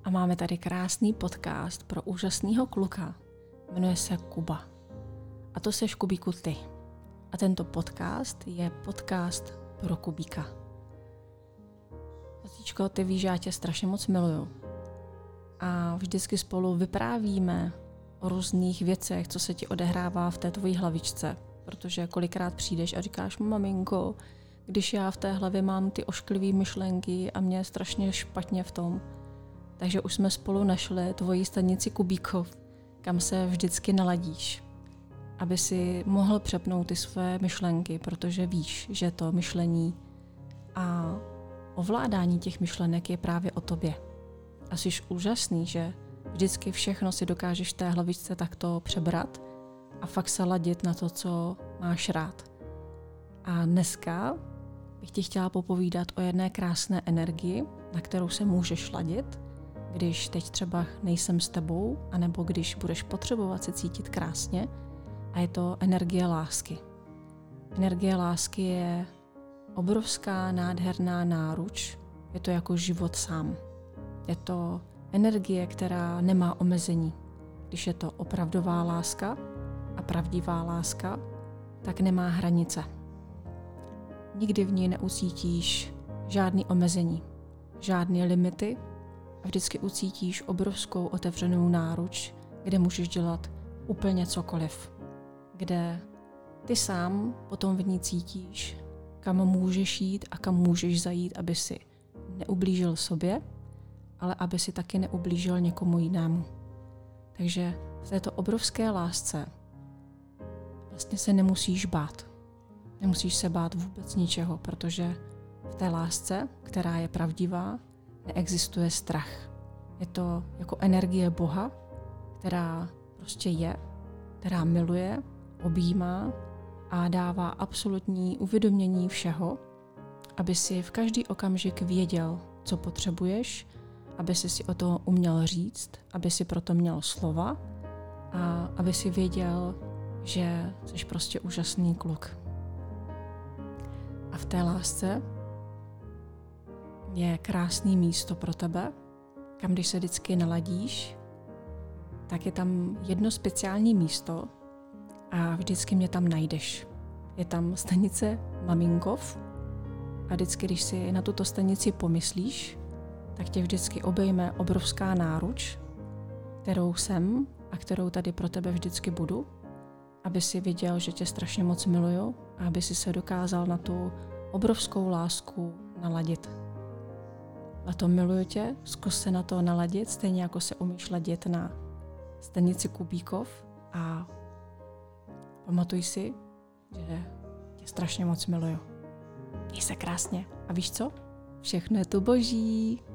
a máme tady krásný podcast pro úžasného kluka. Jmenuje se Kuba. A to seš Kubíku ty. A tento podcast je podcast pro Kubíka. Cíčko, ty víš, že já tě strašně moc miluju. A vždycky spolu vyprávíme o různých věcech, co se ti odehrává v té tvojí hlavičce. Protože kolikrát přijdeš a říkáš, maminko, když já v té hlavě mám ty ošklivé myšlenky a mě je strašně špatně v tom. Takže už jsme spolu našli tvoji stanici Kubíkov, kam se vždycky naladíš, aby si mohl přepnout ty své myšlenky, protože víš, že to myšlení a ovládání těch myšlenek je právě o tobě. A jsi úžasný, že vždycky všechno si dokážeš v té hlavičce takto přebrat a fakt se ladit na to, co máš rád. A dneska bych ti chtěla popovídat o jedné krásné energii, na kterou se můžeš ladit, když teď třeba nejsem s tebou, anebo když budeš potřebovat se cítit krásně, a je to energie lásky. Energie lásky je obrovská, nádherná náruč, je to jako život sám. Je to energie, která nemá omezení. Když je to opravdová láska a pravdivá láska, tak nemá hranice. Nikdy v ní neucítíš žádný omezení, žádné limity a vždycky ucítíš obrovskou otevřenou náruč, kde můžeš dělat úplně cokoliv. Kde ty sám potom v ní cítíš, kam můžeš jít a kam můžeš zajít, aby si neublížil sobě, ale aby si taky neublížil někomu jinému. Takže v této obrovské lásce vlastně se nemusíš bát. Nemusíš se bát vůbec ničeho, protože v té lásce, která je pravdivá, neexistuje strach. Je to jako energie Boha, která prostě je, která miluje, objímá a dává absolutní uvědomění všeho, aby si v každý okamžik věděl, co potřebuješ, aby si o to uměl říct, aby si proto měl slova a aby si věděl, že jsi prostě úžasný kluk. A v té lásce je krásný místo pro tebe, kam když se vždycky naladíš, tak je tam jedno speciální místo a vždycky mě tam najdeš. Je tam stanice Maminkov a vždycky, když si na tuto stanici pomyslíš, tak tě vždycky obejme obrovská náruč, kterou jsem a kterou tady pro tebe vždycky budu, aby si věděl, že tě strašně moc miluju a aby si se dokázal na tu obrovskou lásku naladit. A to miluju tě, zkus se na to naladit, stejně jako se umíš ladit na stanici Kubíkov a pamatuj si, že tě strašně moc miluju. Měj se krásně. A víš co? Všechno je tu boží.